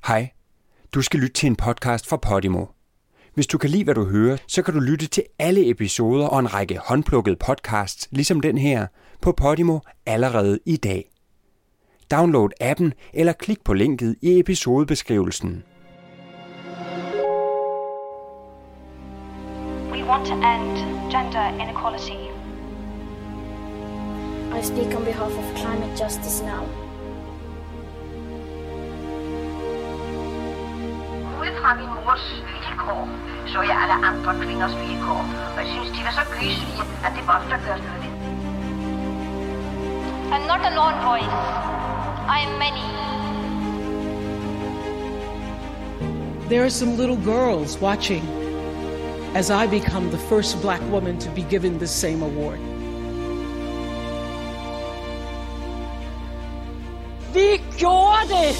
Hej, du skal lytte til en podcast fra Podimo. Hvis du kan lide, hvad du hører, så kan du lytte til alle episoder og en række håndplukkede podcasts, ligesom den her, på Podimo allerede i dag. Download appen eller klik på linket i episodebeskrivelsen. We want to end gender inequality. I speak on behalf of climate justice now. Ud fra min mors vilkår, så jeg alle andre kvinders vilkår. Og jeg synes, de var så gyselige, at det måtte der gøres noget ved. I'm not a lone voice. I am many. There are some little girls watching as I become the first black woman to be given the same award. Vi gjorde det!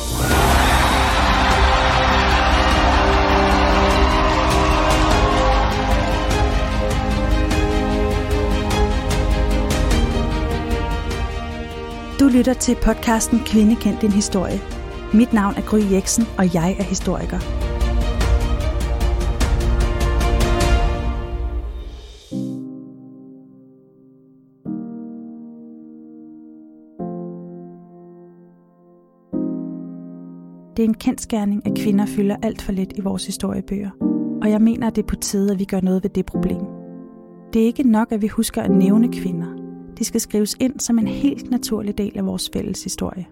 Du lytter til podcasten Kvinde Kend Din Historie. Mit navn er Gry Jeksen, og jeg er historiker. Det er en kendsgerning, at kvinder fylder alt for lidt i vores historiebøger. Og jeg mener, at det er på tide, at vi gør noget ved det problem. Det er ikke nok, at vi husker at nævne kvinder. De skal skrives ind som en helt naturlig del af vores fælles historie.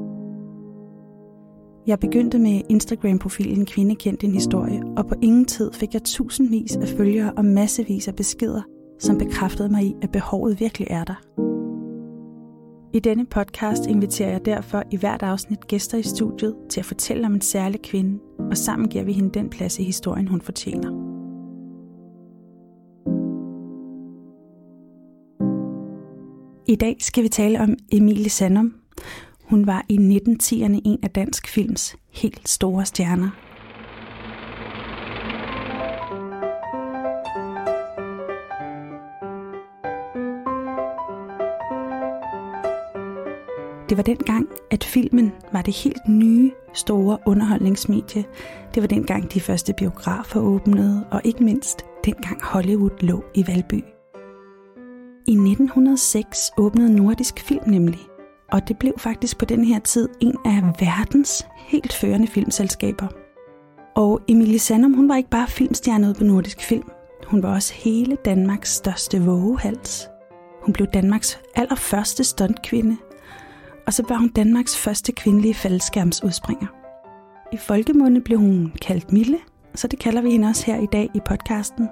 Jeg begyndte med Instagram-profilen Kvinde Kend Din Historie, og på ingen tid fik jeg tusindvis af følgere og massevis af beskeder, som bekræftede mig i, at behovet virkelig er der. I denne podcast inviterer jeg derfor i hvert afsnit gæster i studiet til at fortælle om en særlig kvinde, og sammen giver vi hende den plads i historien, hun fortjener. I dag skal vi tale om Emilie Sandum. Hun var i 1910'erne en af dansk films helt store stjerner. Det var dengang, at filmen var det helt nye, store underholdningsmedie. Det var dengang de første biografer åbnede, og ikke mindst dengang Hollywood lå i Valby. I 1906 åbnede Nordisk Film nemlig, og det blev faktisk på den her tid en af verdens helt førende filmselskaber. Og Emilie Sandum, hun var ikke bare filmstjerne ude på Nordisk Film. Hun var også hele Danmarks største vovehals. Hun blev Danmarks allerførste stuntkvinde, og så var hun Danmarks første kvindelige faldskærmsudspringer. I folkemunde blev hun kaldt Mille, så det kalder vi hende også her i dag i podcasten.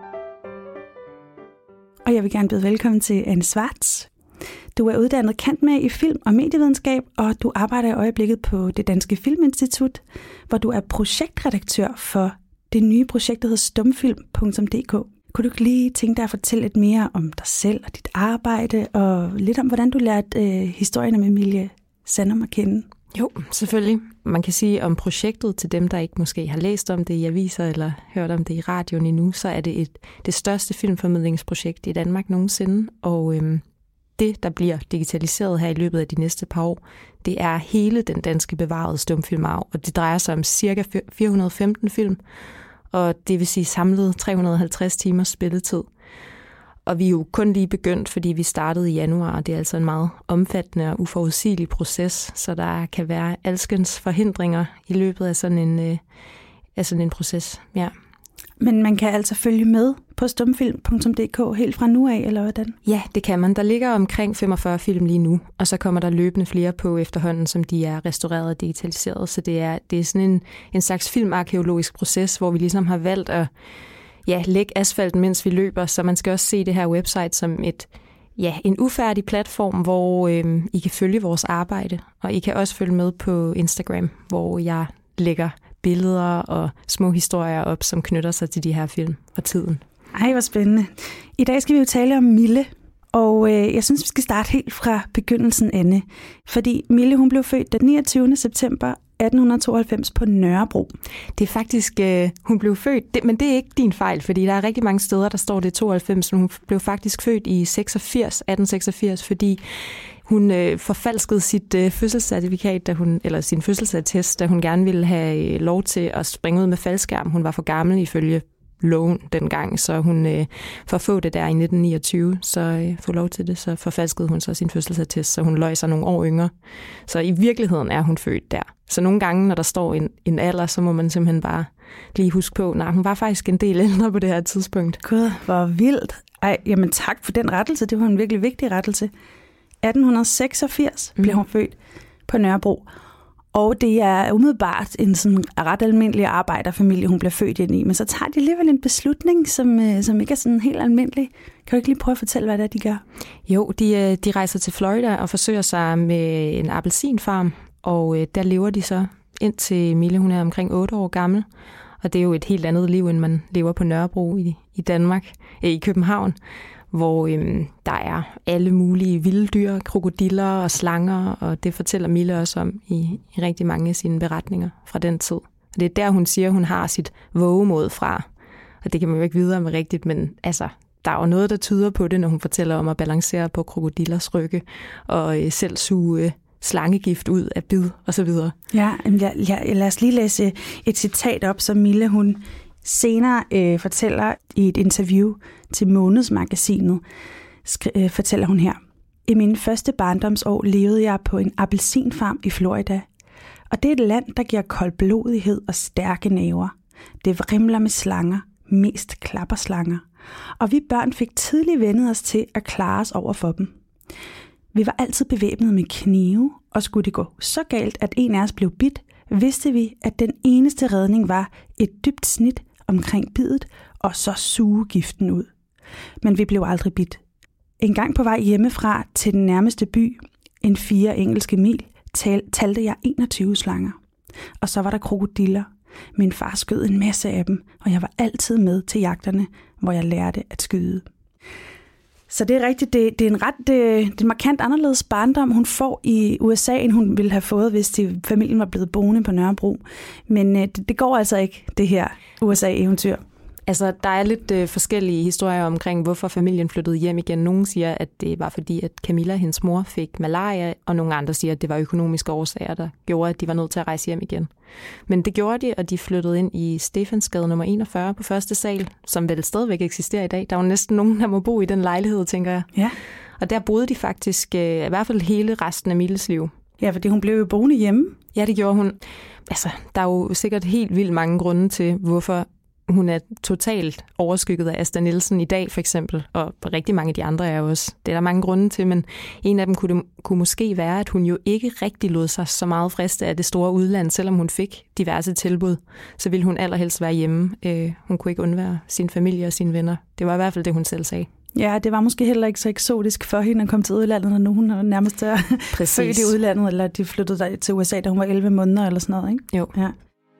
Og jeg vil gerne byde velkommen til Anne Schwartz. Du er uddannet cand.mag i film- og medievidenskab, og du arbejder i øjeblikket på Det Danske Filminstitut, hvor du er projektredaktør for det nye projekt, der hedder stumfilm.dk. Kunne du ikke lige tænke dig at fortælle lidt mere om dig selv og dit arbejde, og lidt om, hvordan du lærte historien om Emilie Sandum at kende? Jo, selvfølgelig. Man kan sige om projektet til dem, der ikke måske har læst om det i aviser eller hørt om det i radioen endnu, så er det det største filmformidlingsprojekt i Danmark nogensinde. Og det, der bliver digitaliseret her i løbet af de næste par år, det er hele den danske bevarede stumfilmarv. Og det drejer sig om ca. 415 film, og det vil sige samlet 350 timers spilletid. Og vi er jo kun lige begyndt, fordi vi startede i januar, og det er altså en meget omfattende og uforudsigelig proces, så der kan være alskens forhindringer i løbet af sådan en proces. Ja. Men man kan altså følge med på stumfilm.dk helt fra nu af, eller hvordan? Ja, det kan man. Der ligger omkring 45 film lige nu, og så kommer der løbende flere på efterhånden, som de er restaureret og digitaliseret. Så det er sådan en slags filmarkæologisk proces, hvor vi ligesom har valgt at lægge asfalten, mens vi løber, så man skal også se det her website som en ufærdig platform, hvor I kan følge vores arbejde, og I kan også følge med på Instagram, hvor jeg lægger billeder og små historier op, som knytter sig til de her film fra tiden. Ej, hvor spændende. I dag skal vi jo tale om Mille, og jeg synes, vi skal starte helt fra begyndelsen, Anne. Fordi Mille, hun blev født den 29. september 1892 på Nørrebro. Det er faktisk, hun blev født, men det er ikke din fejl, fordi der er rigtig mange steder, der står det 92, men hun blev faktisk født i 1886, fordi hun forfalskede sit fødselscertifikat, eller sin fødselsattest, da hun gerne ville have lov til at springe ud med faldskærm. Hun var for gammel ifølge loven dengang, så hun for at få det der i 1929, så få lov til det, så forfalskede hun så sin fødselsattest, så hun løg sig nogle år yngre. Så i virkeligheden er hun født der. Så nogle gange, når der står en alder, så må man simpelthen bare lige huske på, nej, hun var faktisk en del ældre på det her tidspunkt. Gud, hvor vildt. Ej, jamen tak for den rettelse, det var en virkelig vigtig rettelse. 1886 blev hun født på Nørrebro. Og det er umiddelbart en sådan ret almindelig arbejderfamilie, hun bliver født ind i. Men så tager de alligevel en beslutning, som ikke er sådan helt almindelig. Kan du ikke lige prøve at fortælle, hvad det er, de gør? Jo, de rejser til Florida og forsøger sig med en appelsinfarm. Og der lever de så indtil Mille, hun er omkring 8 år gammel. Og det er jo et helt andet liv, end man lever på Nørrebro i Danmark, i København, hvor der er alle mulige vilde dyr, krokodiller og slanger, og det fortæller Mille også om i rigtig mange af sine beretninger fra den tid. Og det er der, hun siger, hun har sit vågemod fra. Og det kan man jo ikke vide om rigtigt, men altså, der er jo noget, der tyder på det, når hun fortæller om at balancere på krokodillers rygge og selv suge slangegift ud af bid og så videre. Ja, lad os lige læse et citat op, som Mille, hun senere fortæller i et interview til Månedsmagasinet, fortæller hun her. I mine første barndomsår levede jeg på en appelsinfarm i Florida. Og det er et land, der giver koldblodighed og stærke næver. Det vrimler med slanger, mest klapperslanger. Og vi børn fik tidligt vendet os til at klare os over for dem. Vi var altid bevæbnet med knive, og skulle det gå så galt, at en af os blev bidt, vidste vi, at den eneste redning var et dybt snit omkring bidet, og så suge giften ud. Men vi blev aldrig bidt. En gang på vej hjemmefra til den nærmeste by, en 4 engelske mil, talte jeg 21 slanger. Og så var der krokodiller. Min far skød en masse af dem, og jeg var altid med til jagterne, hvor jeg lærte at skyde. Så det er rigtigt, det er en markant anderledes barndom, hun får i USA, end hun ville have fået, hvis familien var blevet boende på Nørrebro. Men det går altså ikke, det her USA-eventyr. Altså, der er lidt forskellige historier omkring, hvorfor familien flyttede hjem igen. Nogle siger, at det var fordi, at Camilla, hendes mor, fik malaria, og nogle andre siger, at det var økonomiske årsager, der gjorde, at de var nødt til at rejse hjem igen. Men det gjorde de, og de flyttede ind i Stefansgade nummer 41 på første sal, som vel stadigvæk eksisterer i dag. Der er jo næsten nogen, der må bo i den lejlighed, tænker jeg. Ja. Og der boede de faktisk i hvert fald hele resten af Milles liv. Ja, fordi hun blev jo boende hjemme. Ja, det gjorde hun. Altså, der er jo sikkert helt vildt mange grunde til, hvorfor hun er totalt overskygget af Asta Nielsen i dag, for eksempel, og rigtig mange af de andre er også. Det er der mange grunde til, men en af dem kunne måske være, at hun jo ikke rigtig lod sig så meget friste af det store udland, selvom hun fik diverse tilbud. Så ville hun allerhelst være hjemme. Hun kunne ikke undvære sin familie og sine venner. Det var i hvert fald det, hun selv sagde. Ja, det var måske heller ikke så eksotisk for hende at komme til udlandet, når nu hun er nærmest født i udlandet, eller de flyttede til USA, da hun var 11 måneder eller sådan noget, ikke? Jo. Ja.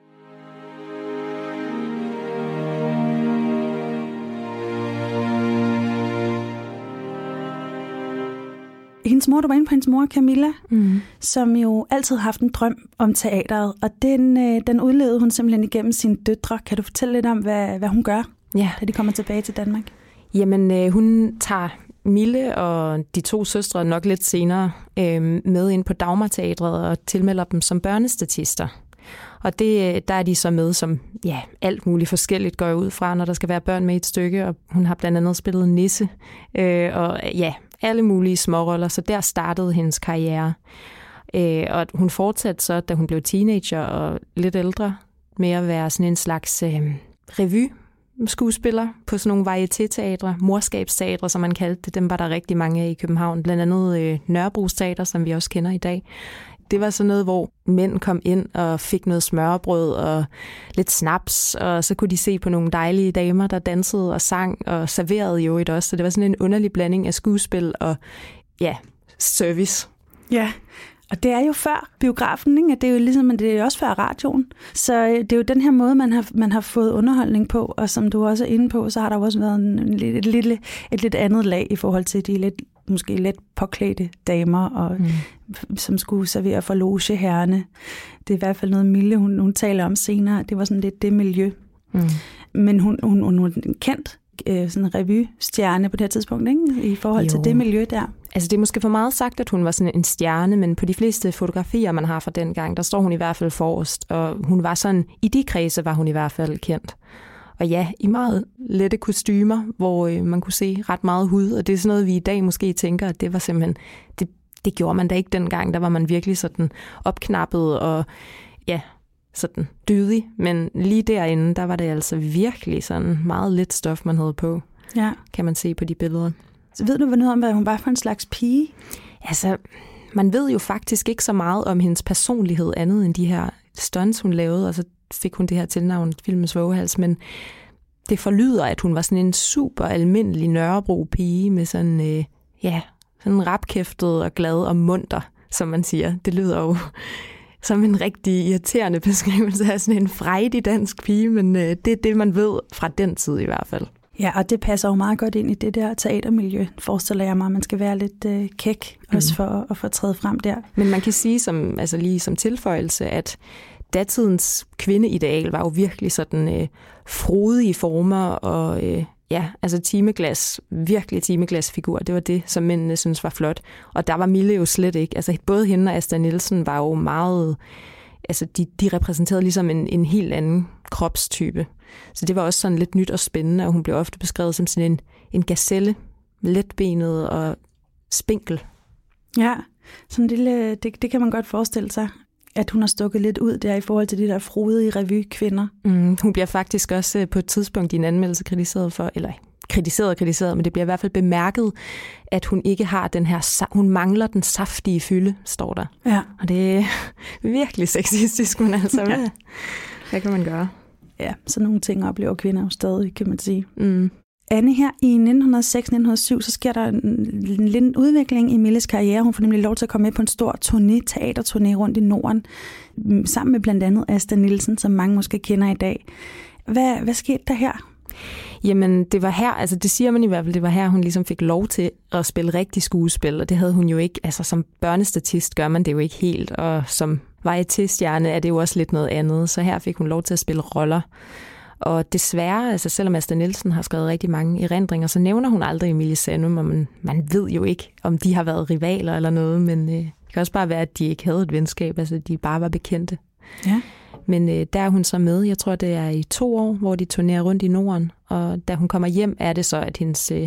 Hendes mor, du var inde på hendes mor, Camilla, som jo altid har haft en drøm om teateret, og den udlevede hun simpelthen igennem sine døtre. Kan du fortælle lidt om, hvad hun gør, da de kommer tilbage til Danmark? Jamen, hun tager Mille og de 2 søstre nok lidt senere med ind på Dagmarteatret og tilmelder dem som børnestatister. Og der er de så med som alt muligt forskelligt går ud fra, når der skal være børn med i et stykke, og hun har blandt andet spillet Nisse, og alle mulige småroller, så der startede hendes karriere. Og hun fortsatte så, da hun blev teenager og lidt ældre, med at være sådan en slags revy-skuespiller på sådan nogle varieté-teatre, morskabsteatre, som man kaldte det. Dem var der rigtig mange af i København, blandt andet Nørrebros Teater, som vi også kender i dag. Det var sådan noget, hvor mænd kom ind og fik noget smørrebrød og lidt snaps, og så kunne de se på nogle dejlige damer, der dansede og sang og serverede jo et også. Så det var sådan en underlig blanding af skuespil og service. Ja, og det er jo før biografen, ikke? Det er jo ligesom, det er også før radioen. Så det er jo den her måde, man har fået underholdning på, og som du også er inde på, så har der jo også været et lidt andet lag i forhold til de lidt måske let påklædte damer, og som skulle servere for logeherrerne. Det er i hvert fald noget, Mille hun taler om senere. Det var sådan lidt det miljø. Men hun er en kendt sådan en revystjerne på det her tidspunkt, ikke? I forhold til det miljø der. Altså det er måske for meget sagt, at hun var sådan en stjerne, men på de fleste fotografier, man har fra den gang, der står hun i hvert fald forrest, og hun var sådan, i de kredse var hun i hvert fald kendt. Og ja, i meget lette kostymer, hvor man kunne se ret meget hud, og det er sådan noget, vi i dag måske tænker, at det var simpelthen, det gjorde man da ikke dengang, der var man virkelig sådan opknappet og ja, sådan dydig, men lige derinde, der var det altså virkelig sådan meget lidt stof, man havde på, kan man se på de billeder. Så ved du noget om, hvad hun var for en slags pige? Altså, man ved jo faktisk ikke så meget om hendes personlighed andet end de her stunts, hun lavede, og så fik hun det her tilnavn, filmens vågehals, men det forlyder, at hun var sådan en super almindelig Nørrebro-pige med sådan, sådan rapkæftet og glad og munter, som man siger. Det lyder jo som en rigtig irriterende beskrivelse af sådan en frejdig dansk pige, men det er det, man ved fra den tid i hvert fald. Ja, og det passer jo meget godt ind i det der teatermiljø, forestiller jeg mig. Man skal være lidt kæk også for at få trædet frem der. Men man kan sige lige som tilføjelse, at datidens kvindeideal var jo virkelig sådan frodige former og virkelig timeglasfigur. Det var det, som mændene synes var flot. Og der var Mille jo slet ikke. Altså både hende og Asta Nielsen var jo meget, altså de repræsenterede ligesom en helt anden kropstype. Så det var også sådan lidt nyt og spændende, og hun blev ofte beskrevet som sådan en gazelle, letbenet og spinkel. Ja, sådan lille, det kan man godt forestille sig, at hun har stukket lidt ud der i forhold til de der frodige revykvinder. Hun bliver faktisk også på et tidspunkt i en anmeldelse kritiseret, men det bliver i hvert fald bemærket, at hun ikke har den her, hun mangler den saftige fylde, står der. Ja. Og det er virkelig sexistisk, men altså, hvad kan man gøre? Ja, så nogle ting oplever kvinder jo stadig, kan man sige. Anne, her i 1906-1907, så sker der en lille udvikling i Milles karriere. Hun får nemlig lov til at komme med på en stor teaterturné rundt i Norden, sammen med blandt andet Asta Nielsen, som mange måske kender i dag. Hvad skete der her? Jamen, det var her, altså det siger man i hvert fald, det var her, hun ligesom fik lov til at spille rigtig skuespil, og det havde hun jo ikke, altså som børnestatist gør man det jo ikke helt, og som varietéstjerne er det jo også lidt noget andet, så her fik hun lov til at spille roller. Og desværre, altså selvom Asta Nielsen har skrevet rigtig mange erindringer, så nævner hun aldrig Emilie Sandum, og man ved jo ikke, om de har været rivaler eller noget, men det kan også bare være, at de ikke havde et venskab, altså de bare var bekendte. Ja. Men der er hun så med, jeg tror det er i 2 år, hvor de turnerer rundt i Norden, og da hun kommer hjem, er det så, at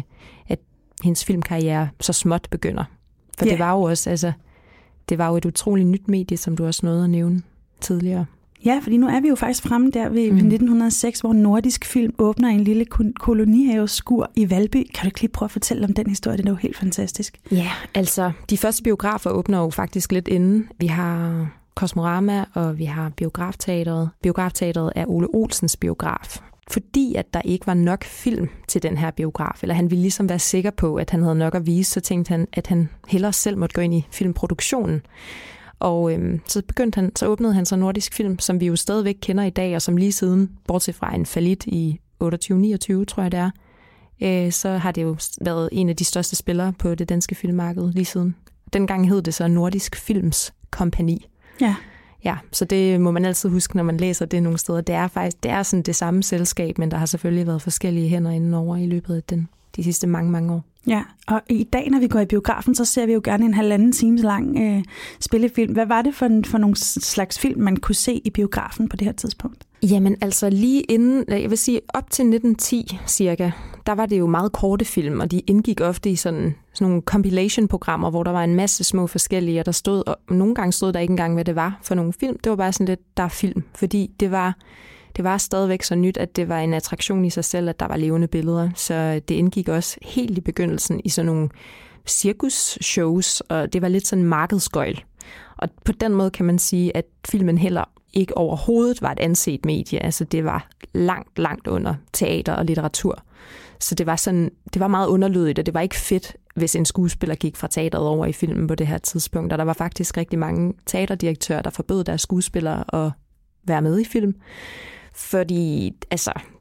hendes filmkarriere så småt begynder. For det var jo også, altså, det var jo et utroligt nyt medie, som du også nåede at nævne tidligere. Ja, fordi nu er vi jo faktisk fremme der ved 1906, hvor Nordisk Film åbner en lille kolonihaveskur i Valby. Kan du ikke lige prøve at fortælle om den historie? Det er jo helt fantastisk. Ja, altså de første biografer åbner jo faktisk lidt inden. Vi har Kosmorama, og vi har Biografteateret. Biografteateret er Ole Olsens biograf. Fordi at der ikke var nok film til den her biograf, eller han ville ligesom være sikker på, at han havde nok at vise, så tænkte han, at han hellere selv måtte gå ind i filmproduktionen. Og så åbnede han så Nordisk Film, som vi jo stadigvæk kender i dag, og som lige siden, bortset fra en fallit i 28-29, tror jeg det er, så har det jo været en af de største spillere på det danske filmmarked lige siden. Dengang hed det så Nordisk Films Kompagni. Ja. Ja, så det må man altid huske, når man læser det nogle steder. Det er sådan det samme selskab, men der har selvfølgelig været forskellige hænder indenover i løbet af de sidste mange år. Ja, og i dag, når vi går i biografen, så ser vi jo gerne en 1,5 time lang spillefilm. Hvad var det for nogle slags film, man kunne se i biografen på det her tidspunkt? Jamen altså lige inden, jeg vil sige op til 1910 cirka, der var det jo meget korte film, og de indgik ofte i sådan nogle compilation-programmer, hvor der var en masse små forskellige, og der stod, og nogle gange stod der ikke engang, hvad det var for nogle film. Det var bare sådan lidt, der er film, fordi det var stadigvæk så nyt, at det var en attraktion i sig selv, at der var levende billeder. Så det indgik også helt i begyndelsen i sådan nogle cirkusshows, og det var lidt sådan en markedsgøjl. Og på den måde kan man sige, at filmen heller ikke overhovedet var et anset medie. Altså det var langt under teater og litteratur. Så det var meget underlydigt, og det var ikke fedt, hvis en skuespiller gik fra teateret over i filmen på det her tidspunkt. Og der var faktisk rigtig mange teaterdirektører, der forbød deres skuespillere at være med i film. Fordi altså,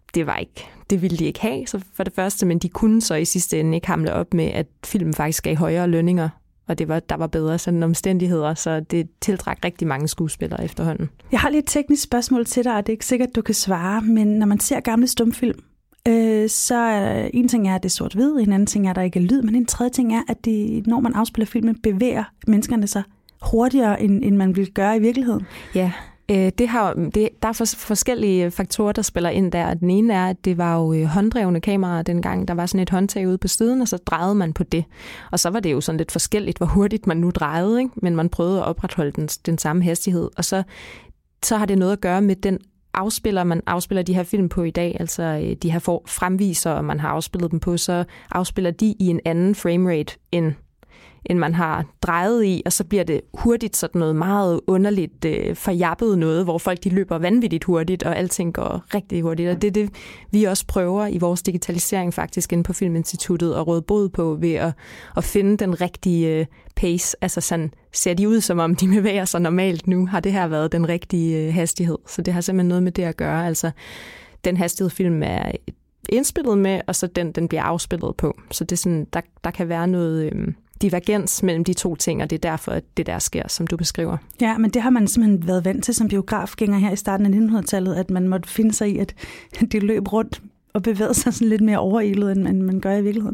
det ville de ikke have, så for det første, men de kunne så i sidste ende ikke hamle op med, at filmen faktisk gav højere lønninger, og der var bedre sådan omstændigheder, så det tiltrak rigtig mange skuespillere efterhånden. Jeg har lige et teknisk spørgsmål til dig, og det er ikke sikkert, du kan svare, men når man ser gamle stumfilm, så en ting er, at det er sort-hvid, en anden ting er, at der ikke er lyd, men en tredje ting er, at når man afspiller filmen, bevæger menneskerne sig hurtigere, end man ville gøre i virkeligheden. Ja, der er forskellige faktorer, der spiller ind der. Den ene er, at det var jo hånddrevne kameraer dengang. Der var sådan et håndtag ude på siden, og så drejede man på det. Og så var det jo sådan lidt forskelligt, hvor hurtigt man nu drejede, ikke? Men man prøvede at opretholde den samme hastighed. Og så har det noget at gøre med den man afspiller de her film på i dag, altså de her fremviser, man har afspillet dem på, så afspiller de i en anden framerate end man har drejet i, og så bliver det hurtigt sådan noget meget underligt forjappet noget, hvor folk de løber vanvittigt hurtigt, og alting går rigtig hurtigt. Og det er det, vi også prøver i vores digitalisering faktisk inde på Filminstituttet at råde bod på ved at finde den rigtige pace. Altså sådan, ser de ud, som om de bevæger sig normalt nu? Har det her været den rigtige hastighed? Så det har simpelthen noget med det at gøre. Altså, den hastighed film er indspillet med, og så den bliver afspillet på. Så det er sådan, der kan være noget divergens mellem de to ting, og det er derfor, at det der sker, som du beskriver. Ja, men det har man simpelthen været vant til som biografgænger her i starten af 1900-tallet, at man måtte finde sig i, at det løb rundt og bevægede sig sådan lidt mere overilet, end man gør i virkeligheden.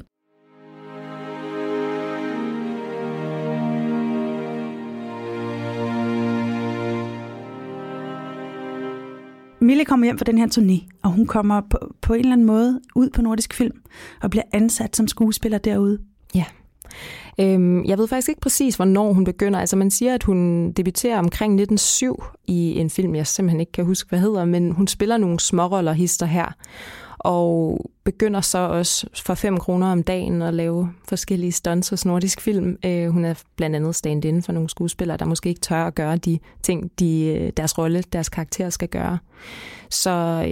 Mille kommer hjem fra den her turné, og hun kommer på en eller anden måde ud på Nordisk Film og bliver ansat som skuespiller derude. Ja. Jeg ved faktisk ikke præcis, hvornår hun begynder. Altså man siger, at hun debuterer omkring 1907 i en film, jeg simpelthen ikke kan huske, hvad hedder, men hun spiller nogle småroller hister her, og begynder så også for 5 kroner om dagen at lave forskellige stunts hos Nordisk Film. Hun er blandt andet stand-in for nogle skuespillere, der måske ikke tør at gøre de ting, deres rolle, deres karakter skal gøre. Så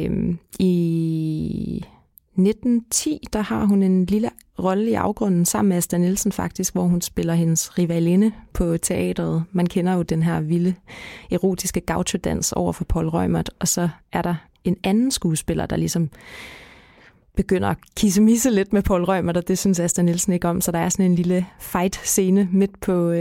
i 1910, der har hun en lille rolle i Afgrunden sammen med Asta Nielsen faktisk, hvor hun spiller hendes rivalinde på teatret. Man kender jo den her vilde erotiske gauchodans over for Paul Reumert, og så er der en anden skuespiller, der ligesom begynder at kissemisse lidt med Paul Reumert, og det synes Asta Nielsen ikke om, så der er sådan en lille fight-scene midt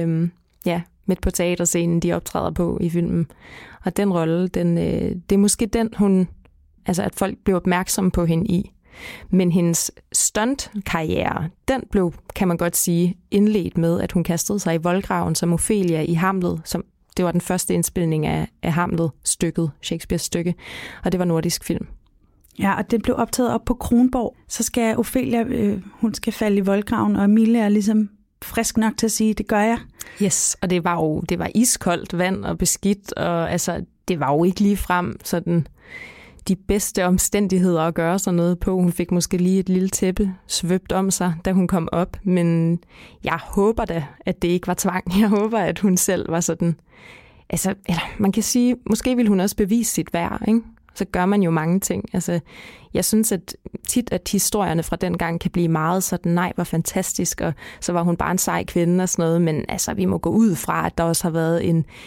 på teaterscenen, de optræder på i filmen. Og den rolle, det er måske den, at folk blev opmærksomme på hende i. Men hendes stunt-karriere, den blev, kan man godt sige, indledt med, at hun kastede sig i voldgraven som Ophelia i Hamlet. Det var den første indspilning af Hamlet-stykket, Shakespeares stykke, og det var Nordisk Film. Ja, og det blev optaget op på Kronborg. Så skal Ophelia, hun skal falde i voldgraven, og Mille er ligesom frisk nok til at sige, det gør jeg. Yes, og det var iskoldt vand og beskidt, og altså, det var jo ikke lige frem sådan de bedste omstændigheder at gøre sådan noget på. Hun fik måske lige et lille tæppe svøbt om sig, da hun kom op, men jeg håber da, at det ikke var tvang. Jeg håber, at hun selv var sådan, altså, eller man kan sige, måske ville hun også bevise sit værd, ikke? Så gør man jo mange ting. Altså, jeg synes at historierne fra den gang kan blive meget sådan, nej, hvor fantastisk, og så var hun bare en sej kvinde og sådan noget, men altså, vi må gå ud fra, at der også har været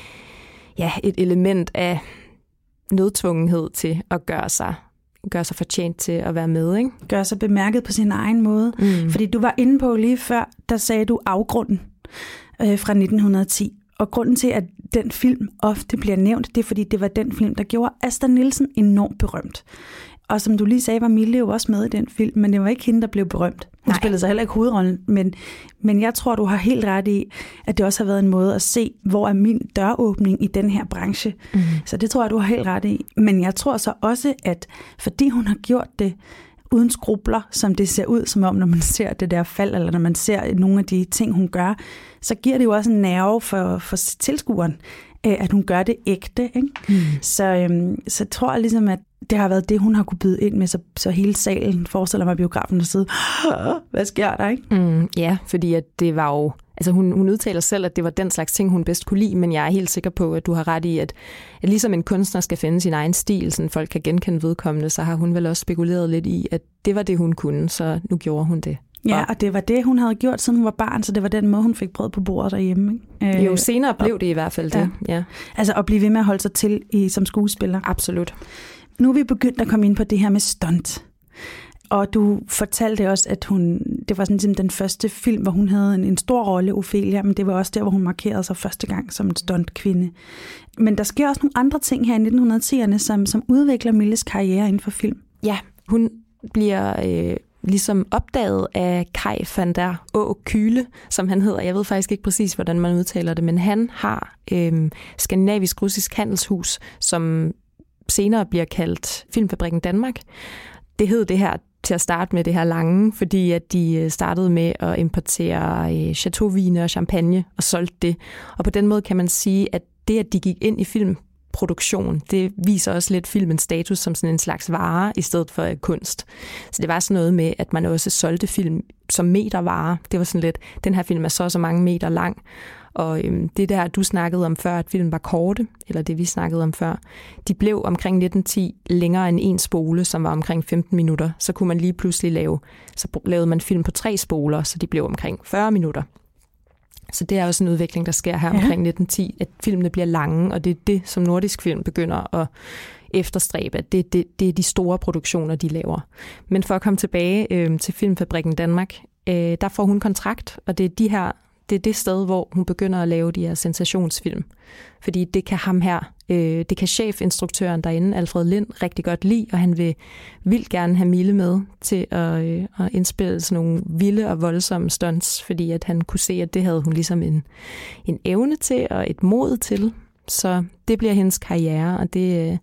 et element af nødtvungenhed til at gøre sig fortjent til at være med, ikke? Gøre sig bemærket på sin egen måde. Fordi du var inde på lige før, der sagde du Afgrunden fra 1910. Og grunden til, at den film ofte bliver nævnt, det er, fordi det var den film, der gjorde Asta Nielsen enormt berømt. Og som du lige sagde, var Mille jo også med i den film, men det var ikke hende, der blev berømt. Hun spillede sig heller ikke hovedrollen, men jeg tror, du har helt ret i, at det også har været en måde at se, hvor er min døråbning i den her branche. Så det tror jeg, du har helt ret i. Men jeg tror så også, at fordi hun har gjort det uden skrubler, som det ser ud, som om når man ser det der fald, eller når man ser nogle af de ting, hun gør, så giver det jo også en nerve for tilskueren, at hun gør det ægte. Ikke? Så tror jeg ligesom, at det har været det, hun har kunne byde ind med, så hele salen forestiller mig biografen og sidde, hvad sker der, ikke? Ja, fordi at det var jo, altså hun udtaler selv, at det var den slags ting, hun bedst kunne lide, men jeg er helt sikker på, at du har ret i, at ligesom en kunstner skal finde sin egen stil, så folk kan genkende vedkommende, så har hun vel også spekuleret lidt i, at det var det, hun kunne, så nu gjorde hun det. Ja, og det var det, hun havde gjort, siden hun var barn, så det var den måde, hun fik brød på bordet derhjemme. Ikke? Jo, senere blev det i hvert fald det. Ja. Altså at blive ved med at holde sig til som skuespiller. Absolut. Nu er vi begyndt at komme ind på det her med stunt. Og du fortalte også, at det var sådan den første film, hvor hun havde en stor rolle, Ophelia, men det var også der, hvor hun markerede sig første gang som en stuntkvinde. Men der sker også nogle andre ting her i 1910'erne, som udvikler Milles karriere inden for film. Ja, hun bliver ligesom opdaget af Kai van der Kyle, som han hedder. Jeg ved faktisk ikke præcis, hvordan man udtaler det, men han har Skandinavisk Russisk Handelshus, som senere bliver kaldt Filmfabrikken Danmark. Det hed det her til at starte med, det her Lange, fordi at de startede med at importere chateauvine og champagne og solgte det. Og på den måde kan man sige, at det, at de gik ind i filmproduktion, det viser også lidt filmens status som sådan en slags vare i stedet for kunst. Så det var sådan noget med, at man også solgte film som metervare. Det var sådan lidt, den her film er så mange meter lang. Og det der, du snakkede om før, at filmen var korte, eller det vi snakkede om før, de blev omkring 1910 længere end en spole, som var omkring 15 minutter. Så kunne man lige pludselig lavede man film på 3 spoler, så de blev omkring 40 minutter. Så det er også en udvikling, der sker her omkring 1910, at filmene bliver lange, og det er det, som nordisk film begynder at efterstræbe, at det er de store produktioner, de laver. Men for at komme tilbage til Filmfabrikken Danmark, der får hun kontrakt, og det er det sted, hvor hun begynder at lave de her sensationsfilm. Fordi det kan chefinstruktøren derinde, Alfred Lind, rigtig godt lide, og han vil gerne have Mille med til at indspille sådan nogle vilde og voldsomme stunts, fordi at han kunne se, at det havde hun ligesom en evne til og et mod til. Så det bliver hendes karriere, og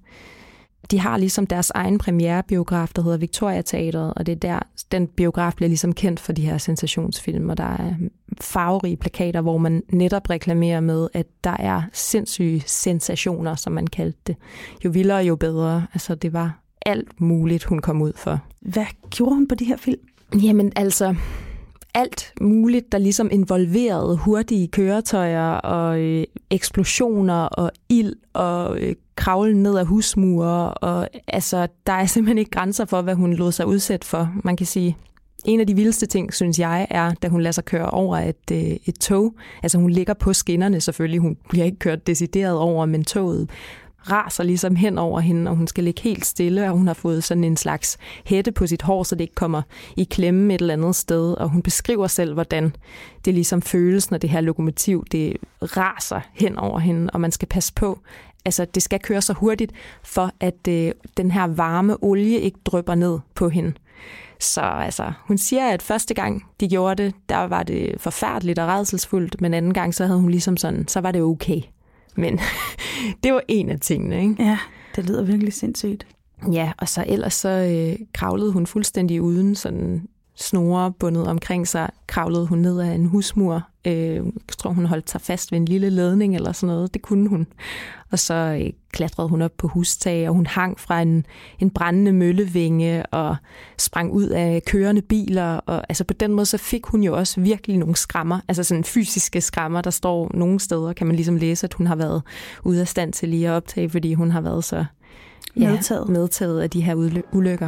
de har ligesom deres egen premierebiograf, der hedder Victoria Teatret, og det er der, den biograf bliver ligesom kendt for de her sensationsfilm, og der er farverige plakater, hvor man netop reklamerer med, at der er sindssyge sensationer, som man kaldte det. Jo vildere, jo bedre. Altså, det var alt muligt, hun kom ud for. Hvad gjorde hun på de her film? Jamen, altså alt muligt, der ligesom involverede hurtige køretøjer og eksplosioner og ild og kravlen ned ad husmure. Og altså, der er simpelthen ikke grænser for, hvad hun lod sig udsætte for. Man kan sige, en af de vildeste ting, synes jeg, er, da hun lader sig køre over et tog. Altså, hun ligger på skinnerne selvfølgelig. Hun bliver ikke kørt decideret over, men toget raser ligesom hen over hende, og hun skal ligge helt stille, og hun har fået sådan en slags hætte på sit hår, så det ikke kommer i klemme et eller andet sted, og hun beskriver selv, hvordan det ligesom føles, når det her lokomotiv, det raser hen over hende, og man skal passe på. Altså, det skal køre så hurtigt, for at den her varme olie ikke drypper ned på hende. Så altså, hun siger, at første gang de gjorde det, der var det forfærdeligt og rædselsfuldt, men anden gang, så havde hun ligesom sådan, så var det okay. Men det var en af tingene, ikke? Ja, det lyder virkelig sindssygt. Ja, og så ellers så kravlede hun fuldstændig uden sådan snore bundet omkring sig, kravlede hun ned ad en husmur. Jeg tror, hun holdt sig fast ved en lille ledning eller sådan noget. Det kunne hun. Og så klatrede hun op på hustag, og hun hang fra en brændende møllevinge og sprang ud af kørende biler. Og altså på den måde, så fik hun jo også virkelig nogle skrammer, altså sådan fysiske skrammer. Der står nogle steder, kan man ligesom læse, at hun har været ude af stand til lige at optage, fordi hun har været så medtaget af de her ulykker.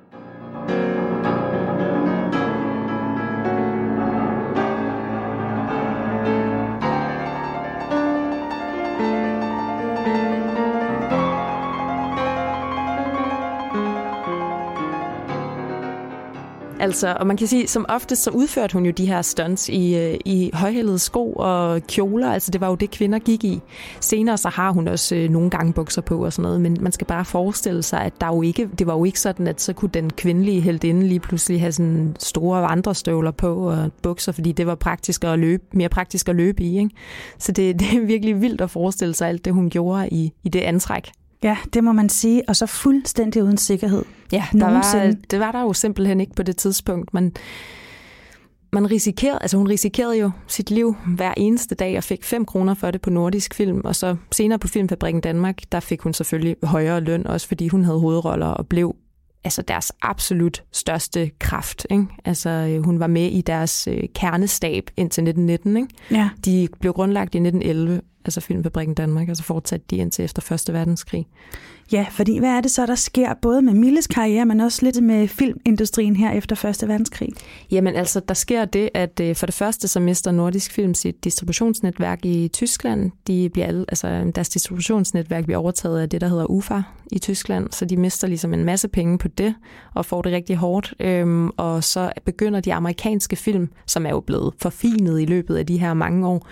Altså, og man kan sige, som oftest så udførte hun jo de her stunts i højhælede sko og kjoler. Altså, det var jo det, kvinder gik i. Senere så har hun også nogle gange bukser på og sådan noget, men man skal bare forestille sig, at det var jo ikke sådan, at så kunne den kvindelige heltinde lige pludselig have sådan store vandrestøvler på og bukser, fordi det var mere praktisk at løbe i, ikke? Så det er virkelig vildt at forestille sig alt det, hun gjorde i det antræk. Ja, det må man sige, og så fuldstændig uden sikkerhed. Ja, det var der jo simpelthen ikke på det tidspunkt. Man risikerede, altså hun risikerede jo sit liv hver eneste dag og fik 5 kroner for det på Nordisk Film, og så senere på Filmfabrikken Danmark, der fik hun selvfølgelig højere løn, også fordi hun havde hovedroller og blev altså deres absolut største kraft, ikke? Altså hun var med i deres kernestab indtil 1919, ikke? Ja. De blev grundlagt i 1911, altså Filmfabrikken Danmark, og så fortsatte de indtil efter 1. verdenskrig. Ja, fordi hvad er det så, der sker både med Milles karriere, men også lidt med filmindustrien her efter 1. verdenskrig? Jamen altså, der sker det, at for det første så mister Nordisk Film sit distributionsnetværk i Tyskland. Deres distributionsnetværk bliver overtaget af det, der hedder UFA i Tyskland, så de mister ligesom en masse penge på det og får det rigtig hårdt. Og så begynder de amerikanske film, som er jo blevet forfinet i løbet af de her mange år,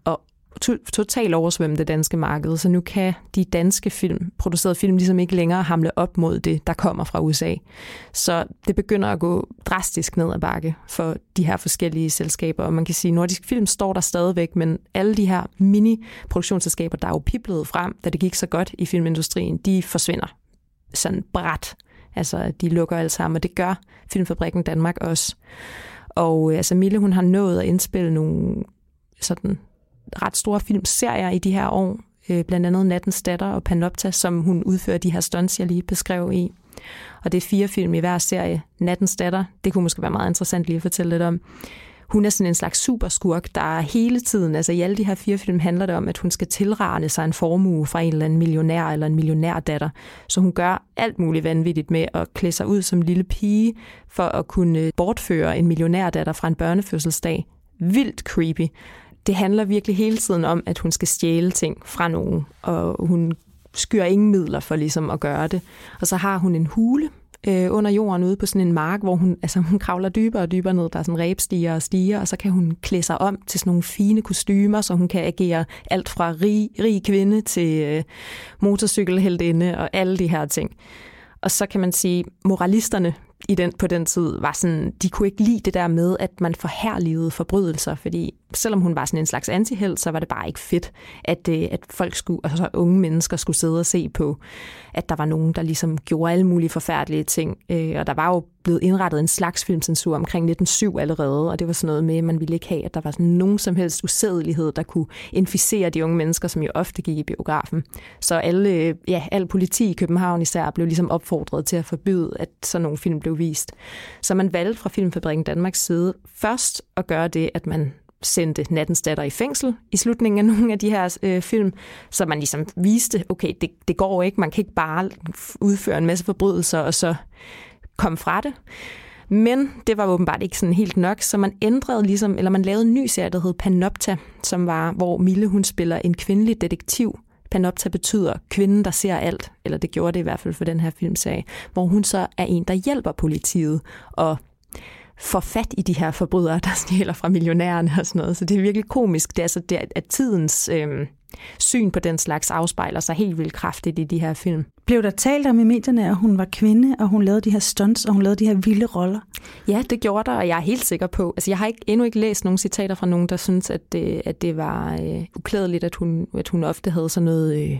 totalt oversvømme det danske marked, så nu kan de danske producerede film ligesom ikke længere hamle op mod det, der kommer fra USA. Så det begynder at gå drastisk ned ad bakke for de her forskellige selskaber, og man kan sige, at Nordisk Film står der stadigvæk, men alle de her mini-produktionsselskaber, der er jo piblet frem, da det gik så godt i filmindustrien, de forsvinder sådan brat. Altså, de lukker alle sammen, og det gør Filmfabrikken Danmark også. Og altså, Mille, hun har nået at indspille nogle sådan ret store filmserier i de her år, blandt andet Nattens Datter og Panopta, som hun udfører de her stunts, jeg lige beskrev i. Og det er 4 film i hver serie. Nattens Datter, det kunne måske være meget interessant lige at fortælle lidt om. Hun er sådan en slags superskurk, der hele tiden, altså i alle de her 4 film, handler det om, at hun skal tilrane sig en formue fra en eller anden millionær eller en millionærdatter. Så hun gør alt muligt vanvittigt med at klæde sig ud som lille pige, for at kunne bortføre en millionærdatter fra en børnefødselsdag. Vildt creepy. Det handler virkelig hele tiden om, at hun skal stjæle ting fra nogen, og hun skyr ingen midler for ligesom at gøre det. Og så har hun en hule under jorden ude på sådan en mark, hvor hun kravler dybere og dybere ned. Der er sådan ræbstiger og stiger, og så kan hun klæde sig om til sådan nogle fine kostymer, så hun kan agere alt fra rig kvinde til motorcykelheltinde og alle de her ting. Og så kan man sige, moralisterne på den tid var sådan, de kunne ikke lide det der med, at man forherligede forbrydelser, fordi selvom hun var sådan en slags antihelt, så var det bare ikke fedt, at folk skulle, altså unge mennesker skulle sidde og se på, at der var nogen, der ligesom gjorde alle mulige forfærdelige ting. Og der var jo blevet indrettet en slags filmcensur omkring 1907 allerede, og det var sådan noget med, at man ville ikke have, at der var sådan nogen som helst usædelighed, der kunne inficere de unge mennesker, som jo ofte gik i biografen. Så alle politi i København især blev ligesom opfordret til at forbyde, at sådan nogle film blev vist. Så man valgte fra Filmfabrikken Danmarks side først at gøre det, at man sendte Nattens Datter i fængsel i slutningen af nogle af de her film, så man ligesom viste, okay, det går ikke, man kan ikke bare udføre en masse forbrydelser og så komme fra det. Men det var åbenbart ikke sådan helt nok, så man ændrede ligesom, eller man lavede en ny serie, der hed Panopta, som var, hvor Mille, hun spiller en kvindelig detektiv. Panopta betyder kvinden, der ser alt, eller det gjorde det i hvert fald for den her filmserie, hvor hun så er en, der hjælper politiet og får fat i de her forbrydere, der stjæler fra millionærerne og sådan noget. Så det er virkelig komisk. Det er altså det, at tidens syn på den slags afspejler sig helt vildt kraftigt i de her film. Blev der talt om i medierne, at hun var kvinde, og hun lavede de her stunts, og hun lavede de her vilde roller? Ja, det gjorde der, og jeg er helt sikker på. Altså, jeg har endnu ikke læst nogle citater fra nogen, der synes, at det var uklædeligt, at hun ofte havde sådan noget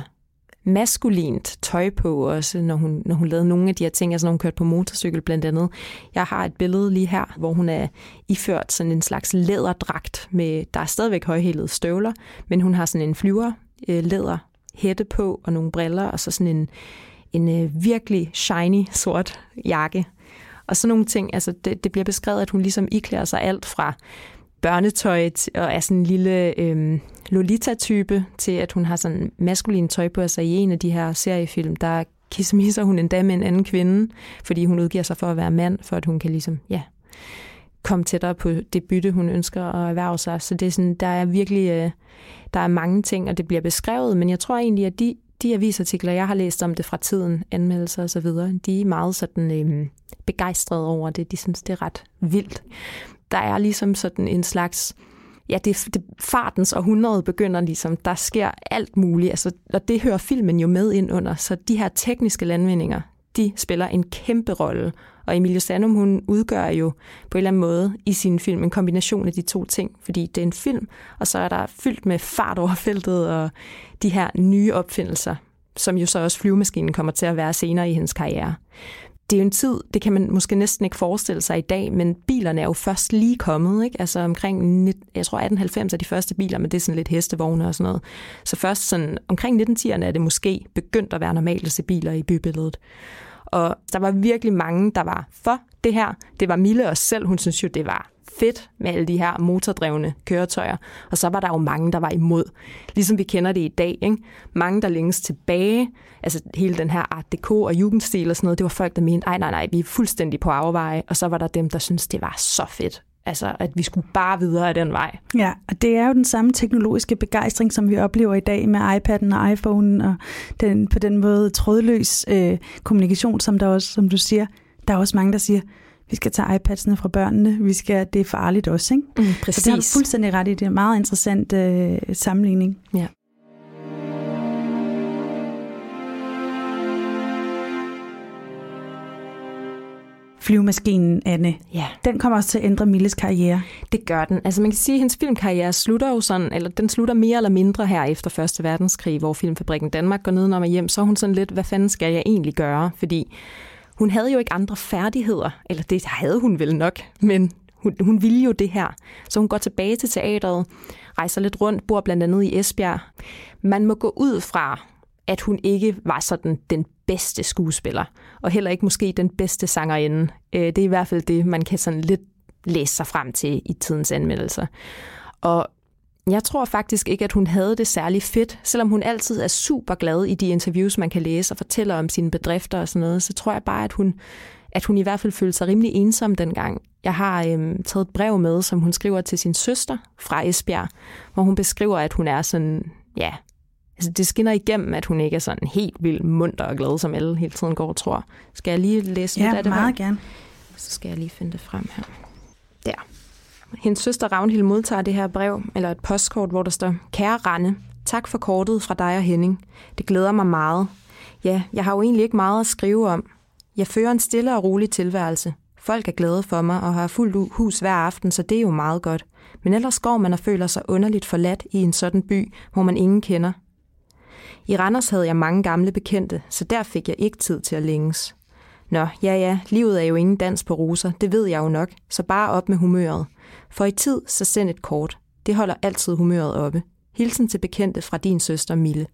maskulint tøj på, også når hun lavede nogle af de her ting, altså når hun kørte på motorcykel blandt andet. Jeg har et billede lige her, hvor hun er iført sådan en slags læderdragt med, der er stadigvæk højhælede støvler, men hun har sådan en flyver læderhætte på og nogle briller, og så sådan en virkelig shiny sort jakke. Og sådan nogle ting, altså det bliver beskrevet, at hun ligesom iklæder sig alt fra børnetøj og er sådan en lille Lolita-type til, at hun har sådan maskulin tøj på sig. I en af de her seriefilm, der kissemisser hun endda med en anden kvinde, fordi hun udgiver sig for at være mand, for at hun kan ligesom, komme tættere på det bytte, hun ønsker at erhverve sig. Så det er sådan, der er virkelig der er mange ting, og det bliver beskrevet, men jeg tror egentlig, at de avisartikler, jeg har læst om det fra tiden, anmeldelser og så videre, de er meget sådan begejstrede over det. De synes, det er ret vildt. Der er ligesom sådan en slags, det fartens århundrede begynder ligesom, der sker alt muligt, altså, og det hører filmen jo med ind under, så de her tekniske landvindinger, de spiller en kæmpe rolle, og Emilie Sandum, hun udgør jo på en eller anden måde i sin film en kombination af de to ting, fordi det er en film, og så er der fyldt med fart over feltet og de her nye opfindelser, som jo så også flyvemaskinen kommer til at være senere i hendes karriere. Det er jo en tid, det kan man måske næsten ikke forestille sig i dag, men bilerne er jo først lige kommet, ikke? Altså omkring, jeg tror 1890 er de første biler, men det er sådan lidt hestevogne og sådan noget. Så først sådan omkring 1910'erne er det måske begyndt at være normalt at se biler i bybilledet. Og der var virkelig mange, der var for det her. Det var Mille også selv, hun synes jo, det var fedt med alle de her motordrevne køretøjer. Og så var der jo mange, der var imod. Ligesom vi kender det i dag, ikke? Mange, der længes tilbage, altså hele den her Art Deco og Jugendstil og sådan noget, det var folk, der mente, nej, vi er fuldstændig på afveje. Og så var der dem, der syntes, det var så fedt. Altså, at vi skulle bare videre af den vej. Ja, og det er jo den samme teknologiske begejstring, som vi oplever i dag med iPad'en og iPhone'en, og på den måde trådløs kommunikation, som der også, som du siger, der er også mange, der siger, vi skal tage iPads'ene fra børnene, det er farligt også, ikke? Præcis. Så det er fuldstændig ret i, det er en meget interessant sammenligning. Ja. Flyvemaskinen, Anne. Ja. Den kommer også til at ændre Milles karriere. Det gør den. Altså man kan sige, at hendes filmkarriere slutter jo sådan, eller den slutter mere eller mindre her efter 1. verdenskrig, hvor Filmfabrikken Danmark går nedenom og hjem. Så er hun sådan lidt, hvad fanden skal jeg egentlig gøre? Fordi hun havde jo ikke andre færdigheder, eller det havde hun vel nok, men hun ville jo det her. Så hun går tilbage til teateret, rejser lidt rundt, bor blandt andet i Esbjerg. Man må gå ud fra, at hun ikke var sådan den bedste skuespiller, og heller ikke måske den bedste sangerinde. Det er i hvert fald det, man kan sådan lidt læse sig frem til i tidens anmeldelser. Og jeg tror faktisk ikke, at hun havde det særlig fedt, selvom hun altid er super glad i de interviews, man kan læse og fortæller om sine bedrifter og sådan noget, så tror jeg bare, at hun i hvert fald følte sig rimelig ensom dengang. Jeg har taget et brev med, som hun skriver til sin søster fra Esbjerg, hvor hun beskriver, at hun er sådan, ja, altså det skinner igennem, at hun ikke er sådan helt vildt munter og glad, som alle hele tiden går og tror. Skal jeg lige læse lidt af det her? Ja, meget gerne. Så skal jeg lige finde det frem her. Der. Hendes søster Ragnhild modtager det her brev, eller et postkort, hvor der står: Kære Rande, tak for kortet fra dig og Henning. Det glæder mig meget. Ja, jeg har jo egentlig ikke meget at skrive om. Jeg fører en stille og rolig tilværelse. Folk er glade for mig og har fuldt hus hver aften, så det er jo meget godt. Men ellers går man og føler sig underligt forladt i en sådan by, hvor man ingen kender. I Randers havde jeg mange gamle bekendte, så der fik jeg ikke tid til at længes. Nå, ja, livet er jo ingen dans på roser, det ved jeg jo nok, så bare op med humøret. For i tid, så send et kort. Det holder altid humøret oppe. Hilsen til bekendte fra din søster Mille.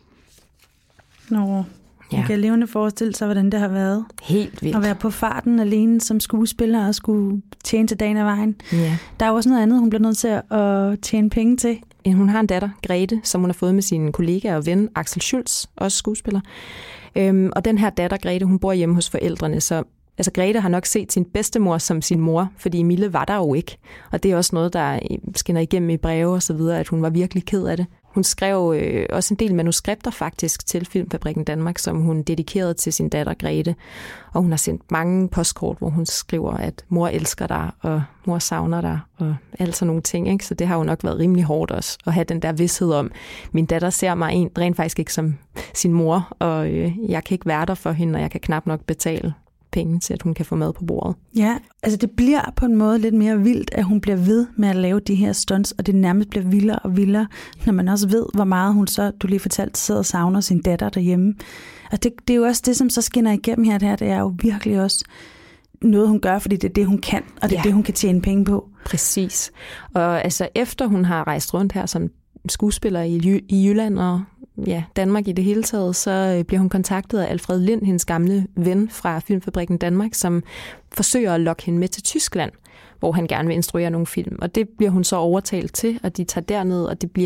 Nå, jeg kan levende forestille sig, hvordan det har været. Helt vildt. At være på farten alene som skuespiller og skulle tjene til dagen af vejen. Ja. Der er jo også noget andet, hun bliver nødt til at tjene penge til. Hun har en datter, Grete, som hun har fået med sin kollega og ven, Axel Schultz, også skuespiller. Og den her datter, Grete, hun bor hjemme hos forældrene, så altså Grete har nok set sin bedstemor som sin mor, fordi Mille var der jo ikke. Og det er også noget, der skinner igennem i breve og så videre, at hun var virkelig ked af det. Hun skrev også en del manuskripter faktisk til Filmfabrikken Danmark, som hun dedikerede til sin datter Grete. Og hun har sendt mange postkort, hvor hun skriver, at mor elsker dig, og mor savner dig, og alt sådan nogle ting. Ikke? Så det har jo nok været rimelig hårdt også, at have den der vished om, min datter ser mig rent faktisk ikke som sin mor, og jeg kan ikke være der for hende, og jeg kan knap nok betale penge til, at hun kan få mad på bordet. Ja, altså det bliver på en måde lidt mere vildt, at hun bliver ved med at lave de her stunts, og det nærmest bliver vildere og vildere, når man også ved, hvor meget hun så, du lige fortalte, sidder og savner sin datter derhjemme. Og det er jo også det, som så skinner igennem her, det er jo virkelig også noget, hun gør, fordi det er det, hun kan, og det er det, hun kan tjene penge på. Præcis. Og altså efter hun har rejst rundt her som skuespiller i Jylland og Danmark i det hele taget, så bliver hun kontaktet af Alfred Lind, hendes gamle ven fra Filmfabrikken Danmark, som forsøger at lokke hende med til Tyskland, hvor han gerne vil instruere nogle film. Og det bliver hun så overtalt til, og de tager derned, og det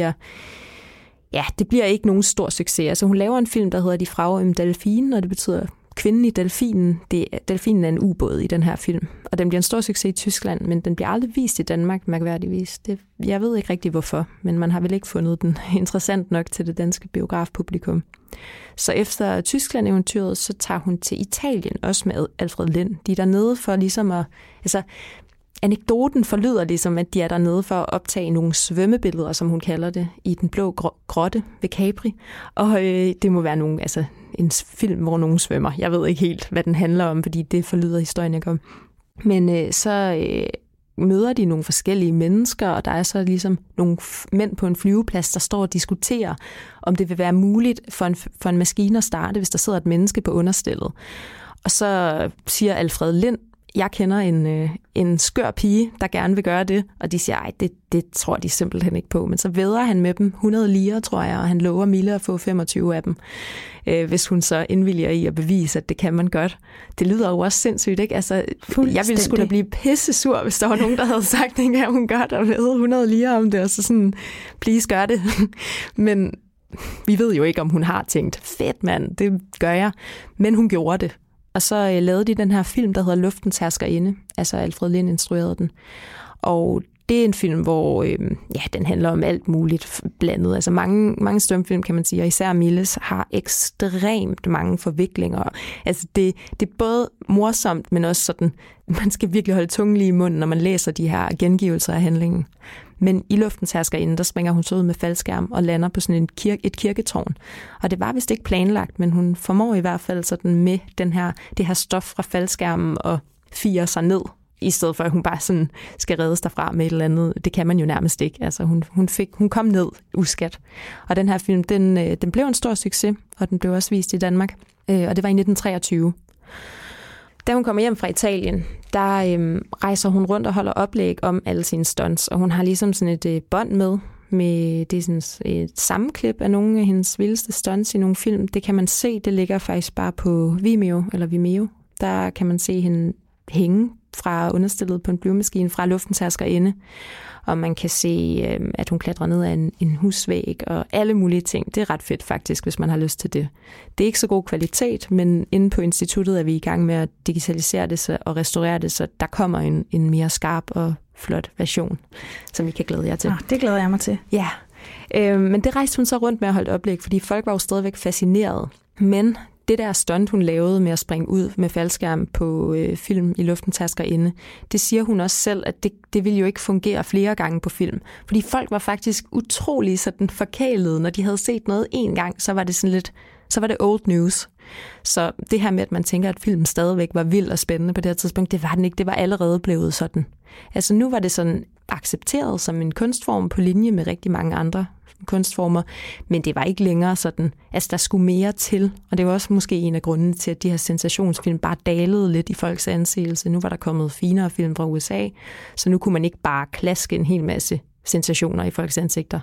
bliver ikke nogen stor succes. Altså hun laver en film, der hedder Die Frau im Delfin, og det betyder kvinden i delfinen. Delfinen er en ubåd i den her film, og den bliver en stor succes i Tyskland, men den bliver aldrig vist i Danmark, mærkværdigvis. Jeg ved ikke rigtig hvorfor, men man har vel ikke fundet den interessant nok til det danske biografpublikum. Så efter Tyskland-eventyret, så tager hun til Italien, også med Alfred Lind. De er dernede for ligesom at... Altså, anekdoten forlyder ligesom, at de er dernede for at optage nogle svømmebilleder, som hun kalder det, i den blå grotte ved Capri. Og det må være en film, hvor nogen svømmer. Jeg ved ikke helt, hvad den handler om, fordi det forlyder historien ikke om. Men så møder de nogle forskellige mennesker, og der er så ligesom nogle mænd på en flyveplads, der står og diskuterer, om det vil være muligt for en maskine at starte, hvis der sidder et menneske på understellet. Og så siger Alfred Lind, jeg kender en skør pige, der gerne vil gøre det, og de siger, ej, det tror de simpelthen ikke på. Men så vædder han med dem 100 lire, tror jeg, og han lover Mille at få 25 af dem, hvis hun så indvilliger i at bevise, at det kan man godt. Det lyder jo også sindssygt, ikke? Altså, jeg ville sgu da blive pissesur, hvis der var nogen, der havde sagt, at det kan hun godt, og vædde 100 lire om det, og så sådan, please gør det. Men vi ved jo ikke, om hun har tænkt, fedt mand, det gør jeg. Men hun gjorde det. Og så lavede de den her film, der hedder Luftens Herskerinde. Altså Alfred Lind instruerede den. Og det er en film, hvor den handler om alt muligt blandet. Altså mange stumfilm, kan man sige, og især Milles har ekstremt mange forviklinger. Altså det er både morsomt, men også sådan, man skal virkelig holde tungen lige i munden, når man læser de her gengivelser af handlingen. Men i Luftens Herskerinde, der springer hun så ud med faldskærm og lander på sådan et kirketårn. Og det var vist ikke planlagt, men hun formår i hvert fald sådan med det her stof fra faldskærmen og firer sig ned, i stedet for at hun bare sådan skal reddes derfra med et eller andet. Det kan man jo nærmest ikke. Altså hun kom ned uskat. Og den her film, den blev en stor succes, og den blev også vist i Danmark. Og det var i 1923. Da hun kommer hjem fra Italien, der rejser hun rundt og holder oplæg om alle sine stunts, og hun har ligesom sådan et bånd med det er sådan et sammenklip af nogle af hendes vildeste stunts i nogle film. Det kan man se, det ligger faktisk bare på Vimeo. Der kan man se hende hænge fra understillet på en flyvemaskine fra Luftens Herskerinde, og man kan se, at hun klatrer ned af en husvæg og alle mulige ting. Det er ret fedt faktisk, hvis man har lyst til det. Det er ikke så god kvalitet, men inde på instituttet er vi i gang med at digitalisere det og restaurere det, så der kommer en mere skarp og flot version, som I kan glæde jer til. Det glæder jeg mig til. Ja, men det rejste hun så rundt med at holde oplæg, fordi folk var jo stadigvæk fascineret. Men det der stunt, hun lavede med at springe ud med faldskærm på film i Luftens Herskerinde, det siger hun også selv, at det ville jo ikke fungere flere gange på film. Fordi folk var faktisk utrolig sådan forkælede, når de havde set noget en gang, så var det sådan lidt, så var det old news. Så det her med, at man tænker, at filmen stadigvæk var vild og spændende på det her tidspunkt, det var den ikke. Det var allerede blevet sådan. Altså nu var det sådan accepteret som en kunstform på linje med rigtig mange andre kunstformer, men det var ikke længere sådan, altså der skulle mere til, og det var også måske en af grundene til, at de her sensationsfilm bare dalede lidt i folks anseelse. Nu var der kommet finere film fra USA, så nu kunne man ikke bare klaske en hel masse sensationer i folks ansigter.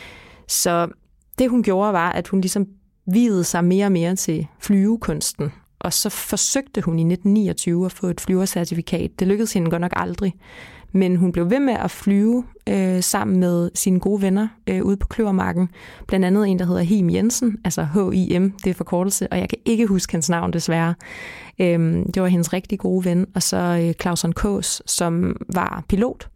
Så det hun gjorde var, at hun ligesom vigede sig mere og mere til flyvekunsten, og så forsøgte hun i 1929 at få et flyvercertifikat. Det lykkedes hende godt nok aldrig, men hun blev ved med at flyve sammen med sine gode venner ude på Kløvermarken. Blandt andet en, der hedder Him Jensen, altså H-I-M, det er forkortelse, og jeg kan ikke huske hans navn desværre. Det var hendes rigtig gode ven, og så Clauson Kaas, som var pilot.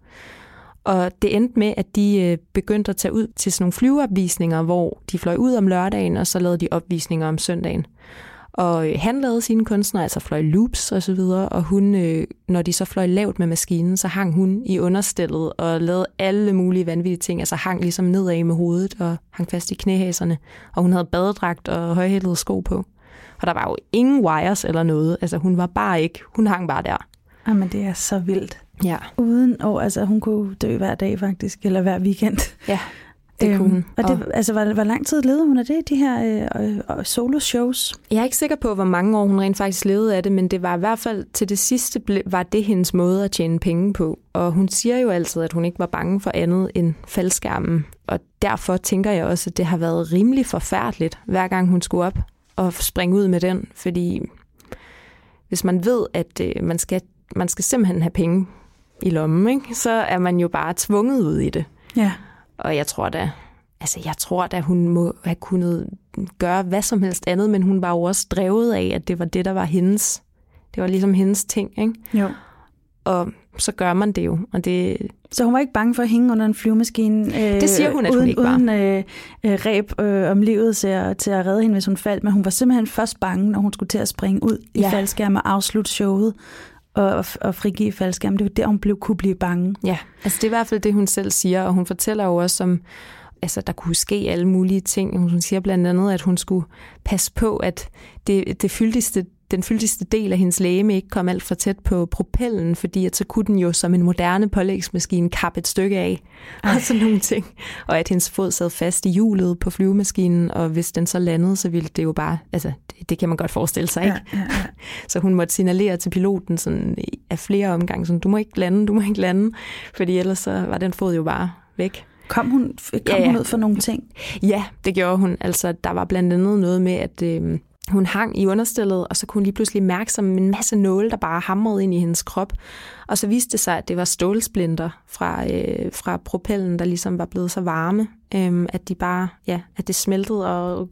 Og det endte med, at de begyndte at tage ud til sådan nogle flyveopvisninger, hvor de fløj ud om lørdagen, og så lavede de opvisninger om søndagen. Og han lavede sine kunstnere, altså fløj loops og så videre, og hun, når de så fløj lavt med maskinen, så hang hun i understillet og lavede alle mulige vanvittige ting, altså hang ligesom nedad med hovedet og hang fast i knæhæserne, og hun havde badedragt og højhælede sko på. Og der var jo ingen wires eller noget, altså hun hang bare der. Jamen det er så vildt. Ja. Altså hun kunne dø hver dag faktisk, eller hver weekend. Ja. Det kunne hun. Og det, altså, hvor lang tid levede hun af det, de her solo-shows? Jeg er ikke sikker på, hvor mange år hun rent faktisk levede af det, men det var i hvert fald til det sidste, var det hendes måde at tjene penge på. Og hun siger jo altid, at hun ikke var bange for andet end faldskærmen. Og derfor tænker jeg også, at det har været rimelig forfærdeligt, hver gang hun skulle op og springe ud med den. Fordi hvis man ved, at man skal simpelthen have penge i lommen, ikke? Så er man jo bare tvunget ud i det. Ja. Og jeg tror da, hun må have kunnet gøre hvad som helst andet, men hun var jo også drevet af, at det var det, der var hendes. Det var ligesom hendes ting, ikke? Jo. Og så gør man det jo. Og det... Så hun var ikke bange for at hænge under en flyvemaskine? Det siger hun, at hun ikke var. Uden ræb om livet til at redde hende, hvis hun faldt. Men hun var simpelthen først bange, når hun skulle til at springe ud i faldskærm og afslutte showet. Og frigive faldskærm. Det var der, hun kunne blive bange. Ja, altså det er i hvert fald det, hun selv siger, og hun fortæller jo også om, altså der kunne ske alle mulige ting. Hun siger blandt andet, at hun skulle passe på, at den fyldigste del af hendes legeme ikke kom alt for tæt på propellen, fordi at så kunne den jo som en moderne pålægsmaskine kappe et stykke af, og sådan nogle ting. Og at hendes fod sad fast i hjulet på flyvemaskinen, og hvis den så landede, så ville det jo bare, altså det kan man godt forestille sig, ikke? Ja. Så hun måtte signalere til piloten sådan, af flere omgange, sådan, du må ikke lande, fordi ellers så var den fod jo bare væk. Kom hun ud for nogle ting? Ja, det gjorde hun. Altså, der var blandt andet noget med, at hun hang i understillet, og så kunne hun lige pludselig mærke som en masse nåle, der bare hamrede ind i hendes krop. Og så viste det sig, at det var stålsplinter fra propellen, der ligesom var blevet så varme, at de bare, at det smeltede og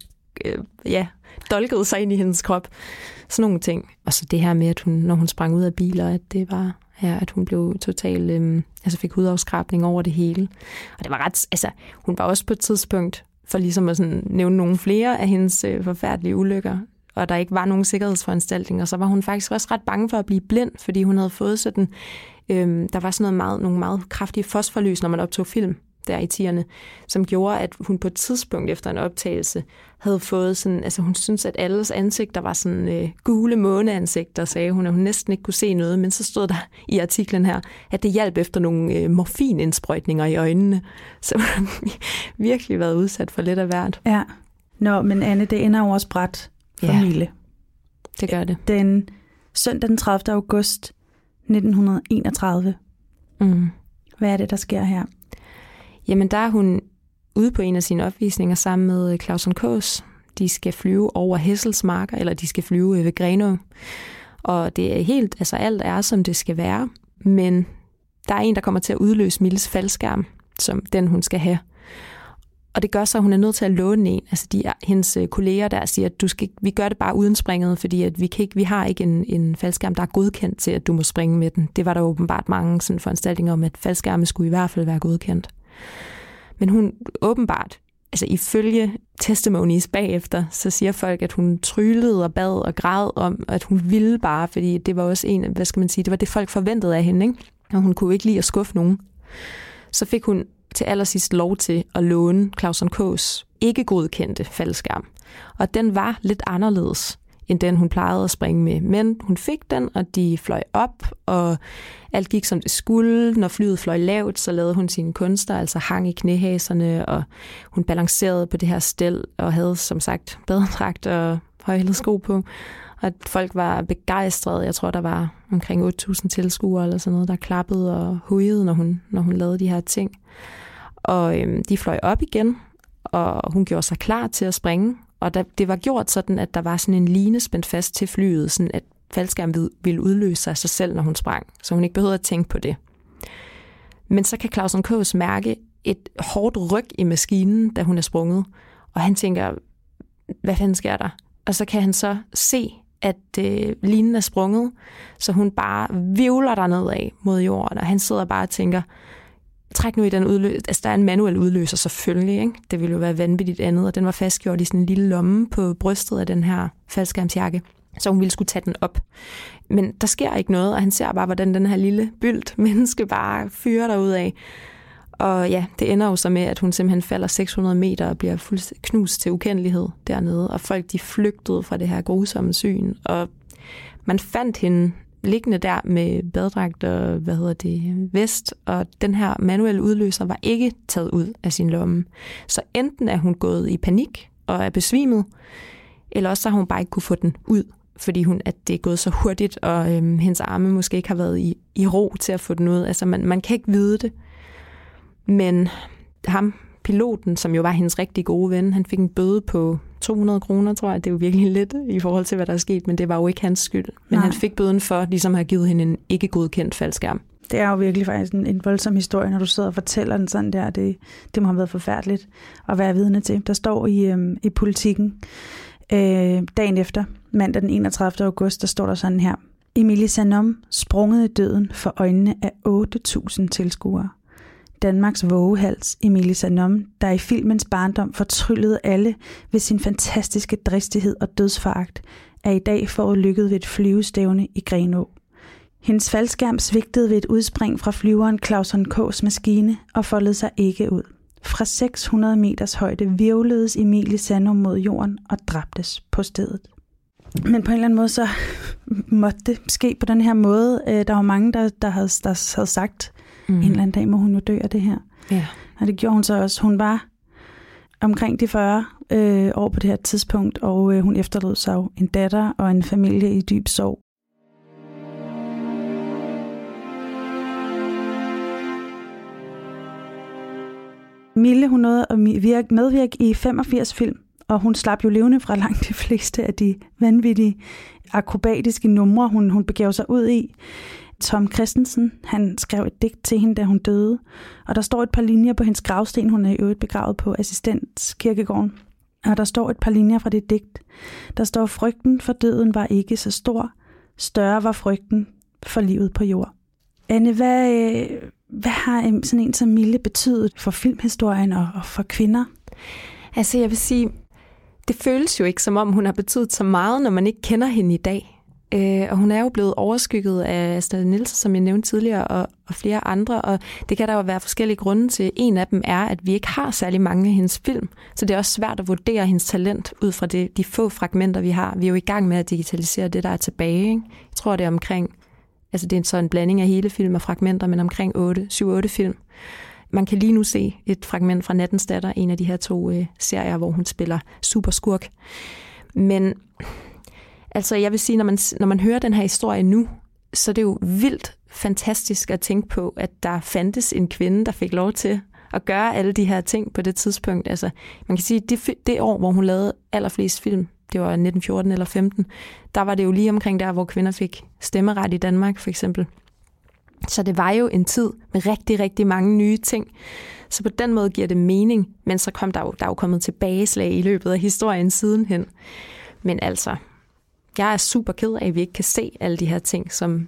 dolkede sig ind i hendes krop. Sådan nogle ting. Og så det her med, at hun, når hun sprang ud af biler, at det var, at hun blev totalt, fik hudafskrabning over det hele. Og det var ret, hun var også på et tidspunkt, for ligesom at sådan nævne nogle flere af hendes forfærdelige ulykker, og der ikke var nogen sikkerhedsforanstaltninger, så var hun faktisk også ret bange for at blive blind, fordi hun havde fået sådan, der var sådan nogle meget kraftige fosforlys, når man optog film der i 10'erne, som gjorde, at hun på et tidspunkt efter en optagelse havde fået sådan, hun syntes, at alles ansigter var sådan gule måneansigter, sagde hun, at hun næsten ikke kunne se noget, men så stod der i artiklen her, at det hjalp efter nogle morfinindsprøjtninger i øjnene. Så hun har virkelig været udsat for lidt af hvert. Ja. Men Anne, det ender over bræt for Mille. Det gør det. Den søndag den 30. august 1931. Hvad er det, der sker her? Jamen, der er hun ude på en af sine opvisninger sammen med Claus Kaas. De skal flyve over Hessels marker, eller de skal flyve ved Grenaa. Og det er helt, alt er, som det skal være. Men der er en, der kommer til at udløse Milles faldskærm, som den, hun skal have. Og det gør så, at hun er nødt til at låne en. Hendes kolleger der siger, at vi gør det bare uden springet, fordi at vi har ikke en faldskærm, der er godkendt til, at du må springe med den. Det var der åbenbart mange sådan foranstaltninger om, at faldskærme skulle i hvert fald være godkendt. Men hun åbenbart, ifølge testimonies bagefter, så siger folk, at hun tryllede og bad og græd om, at hun ville bare, fordi det var også det var det folk forventede af hende, ikke? Og hun kunne ikke lide at skuffe nogen. Så fik hun til allersidst lov til at låne Claus Kaas ikke godkendte faldskærm. Og den var lidt anderledes end den, hun plejede at springe med. Men hun fik den, og de fløj op, og alt gik som det skulle. Når flyet fløj lavt, så lavede hun sine kunster, hang i knæhaserne, og hun balancerede på det her stel, og havde som sagt badedragt og højhælede sko på. Og folk var begejstrede. Jeg tror, der var omkring 8.000 tilskuere eller sådan noget, der klappede og hujede, når hun lavede de her ting. Og de fløj op igen, og hun gjorde sig klar til at springe. Og det var gjort sådan, at der var sådan en line spændt fast til flyet, sådan at faldskærmen ville udløse sig selv, når hun sprang. Så hun ikke behøvede at tænke på det. Men så kan Claus Kaas mærke et hårdt ryg i maskinen, da hun er sprunget. Og han tænker, hvad fanden sker der? Og så kan han så se, at linen er sprunget, så hun bare vivler derned af mod jorden. Og han sidder bare og tænker, træk nu i den udløser. Der er en manuel udløser selvfølgelig, ikke? Det ville jo være vanvittigt andet, og den var fastgjort i sådan en lille lomme på brystet af den her faldskærmsjakke, så hun ville skulle tage den op. Men der sker ikke noget, og han ser bare, hvordan den her lille byldt menneske bare fyrer derudad. Og ja, det ender jo så med, at hun simpelthen falder 600 meter og bliver fuldstændig knust til ukendelighed dernede, og folk de flygtede fra det her grusomme syn, og man fandt hende liggende der med badedragt og vest, og den her manuelle udløser var ikke taget ud af sin lomme. Så enten er hun gået i panik og er besvimet, eller også så har hun bare ikke kunne få den ud, fordi at det er gået så hurtigt, og hendes arme måske ikke har været i ro til at få den ud. Man kan ikke vide det. Men ham, piloten, som jo var hendes rigtig gode ven, han fik en bøde på 200 kroner, tror jeg. Det er jo virkelig lidt i forhold til, hvad der er sket, men det var jo ikke hans skyld. Men han fik bøden for ligesom at have givet hende en ikke godkendt faldskærm. Det er jo virkelig faktisk en voldsom historie, når du sidder og fortæller den sådan der. Det må have været forfærdeligt at være vidne til. Der står i Politikken dagen efter, mandag den 31. august, der står der sådan her. Emilie Sanom sprunget i døden for øjnene af 8.000 tilskuere. Danmarks vågehals, Emilie Sanom, der i filmens barndom fortryllede alle ved sin fantastiske dristighed og dødsforagt, er i dag forulykket ved et flyvestævne i Grenaa. Hendes faldskærm svigtede ved et udspring fra flyveren Claus Kaas maskine og foldede sig ikke ud. Fra 600 meters højde virvledes Emilie Sanom mod jorden og dræbtes på stedet. Men på en eller anden måde så måtte det ske på den her måde. Der var mange, der havde sagt, en eller anden dag må hun jo dø af det her. Ja. Og det gjorde hun så også. Hun var omkring de 40 år på det her tidspunkt, og hun efterlod sig en datter og en familie i dyb sorg. Mille, hun nåede at medvirke i 85 film, og hun slap jo levende fra langt de fleste af de vanvittige akrobatiske numre, hun begav sig ud i. Tom Christensen, han skrev et digt til hende, da hun døde, og der står et par linjer på hendes gravsten. Hun er i øvrigt begravet på Assistenskirkegården. Og der står et par linjer fra det digt. Der står, frygten for døden var ikke så stor. Større var frygten for livet på jord. Anne, hvad har sådan en som Mille betydet for filmhistorien og for kvinder? Altså jeg vil sige, det føles jo ikke som om hun har betydet så meget, når man ikke kender hende i dag. Og hun er jo blevet overskygget af Astrid Nielsen, som jeg nævnte tidligere, og flere andre, og det kan der jo være forskellige grunde til. En af dem er, at vi ikke har særlig mange af hendes film, så det er også svært at vurdere hendes talent ud fra de få fragmenter, vi har. Vi er jo i gang med at digitalisere det, der er tilbage. Ikke? Jeg tror, det er omkring, altså det er så en blanding af hele film og fragmenter, men omkring 7-8 film. Man kan lige nu se et fragment fra Nattens Datter, en af de her 2 serier, hvor hun spiller superskurk. Men altså, jeg vil sige, når man hører den her historie nu, så er det jo vildt fantastisk at tænke på, at der fandtes en kvinde, der fik lov til at gøre alle de her ting på det tidspunkt. Altså, man kan sige, det år, hvor hun lavede allerflest film, det var 1914 eller 15, der var det jo lige omkring der, hvor kvinder fik stemmeret i Danmark, for eksempel. Så det var jo en tid med rigtig, rigtig mange nye ting. Så på den måde giver det mening, men så kom der er jo kommet tilbageslag i løbet af historien sidenhen. Men altså, jeg er super ked af, at vi ikke kan se alle de her ting, som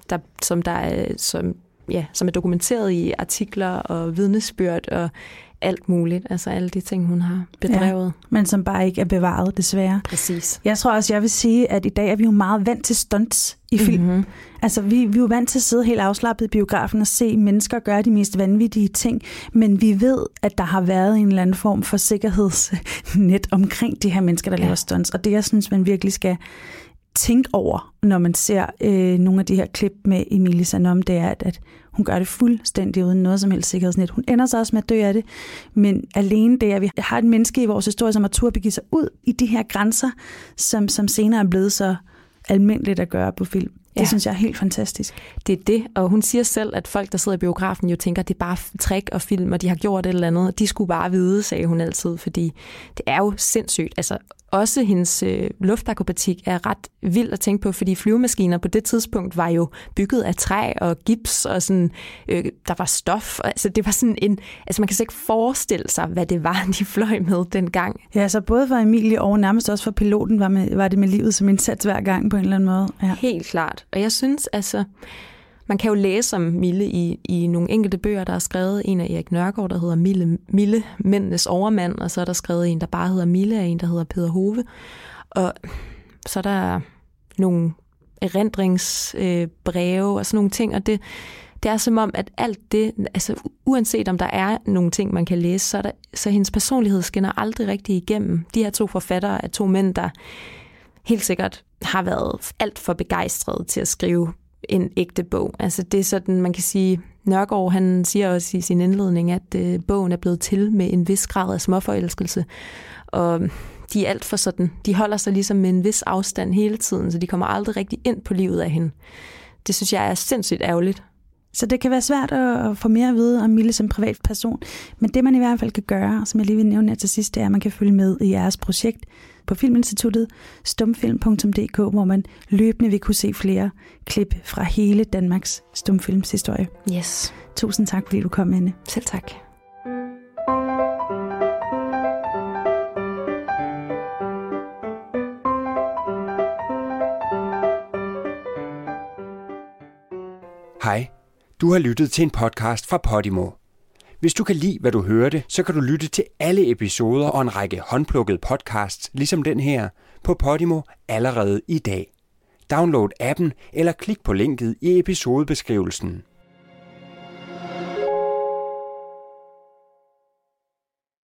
er dokumenteret i artikler og vidnesbyrd og alt muligt. Altså alle de ting, hun har bedrevet. Ja, men som bare ikke er bevaret, desværre. Præcis. Jeg tror også, jeg vil sige, at i dag er vi jo meget vant til stunts i film. Mm-hmm. Altså vi er jo vant til at sidde helt afslappet i biografen og se mennesker gøre de mest vanvittige ting, men vi ved, at der har været en eller anden form for sikkerhedsnet omkring de her mennesker, der laver stunts. Og det, jeg synes, man virkelig skal tænke over, når man ser nogle af de her klip med Emilie Sanom, det er, at hun gør det fuldstændig uden noget som helst sikkerhedsnet. Hun ender så også med at dø af det, men alene det, at vi har et menneske i vores historie, som har turde begive sig ud i de her grænser, som senere er blevet så almindeligt at gøre på film. Det synes jeg er helt fantastisk. Det er det, og hun siger selv, at folk, der sidder i biografen, jo tænker, at det er bare trick og film, og de har gjort et eller andet. De skulle bare vide, sagde hun altid, fordi det er jo sindssygt. Altså, også hendes luftakrobatik er ret vild at tænke på, fordi flyvemaskiner på det tidspunkt var jo bygget af træ og gips, og sådan, der var stof. Altså, det var sådan man kan slet ikke forestille sig, hvad det var, de fløj med dengang. Ja, så både for Emilie og nærmest også for piloten var det med livet som indsats hver gang på en eller anden måde. Ja. Helt klart. Og jeg synes, altså, man kan jo læse om Mille i nogle enkelte bøger, der er skrevet. En af Erik Nørgaard, der hedder Mille, mændenes overmand, og så er der skrevet en, der bare hedder Mille, og en, der hedder Peder Hove. Og så er der nogle erindringsbreve og sådan nogle ting, og det er som om, at alt det, altså uanset om der er nogle ting, man kan læse, så hendes personlighed skinner aldrig rigtig igennem. De her 2 forfattere er 2 mænd, der helt sikkert har været alt for begejstrede til at skrive en ægte bog. Altså det er sådan, man kan sige, Nørgaard, han siger også i sin indledning, at bogen er blevet til med en vis grad af småforelskelse, og de er alt for sådan, de holder sig ligesom med en vis afstand hele tiden, så de kommer aldrig rigtig ind på livet af hende. Det synes jeg er sindssygt ærgerligt. Så det kan være svært at få mere at vide om Mille som privatperson, men det man i hvert fald kan gøre, som jeg lige vil nævne her til sidst, det er, at man kan følge med i jeres projekt på Filminstituttet, stumfilm.dk, hvor man løbende vil kunne se flere klip fra hele Danmarks stumfilmshistorie. Yes. Tusind tak, fordi du kom, Anne. Selv tak. Hej, du har lyttet til en podcast fra Podimo. Hvis du kan lide, hvad du hørte, så kan du lytte til alle episoder og en række håndplukkede podcasts, ligesom den her, på Podimo allerede i dag. Download appen eller klik på linket i episodebeskrivelsen.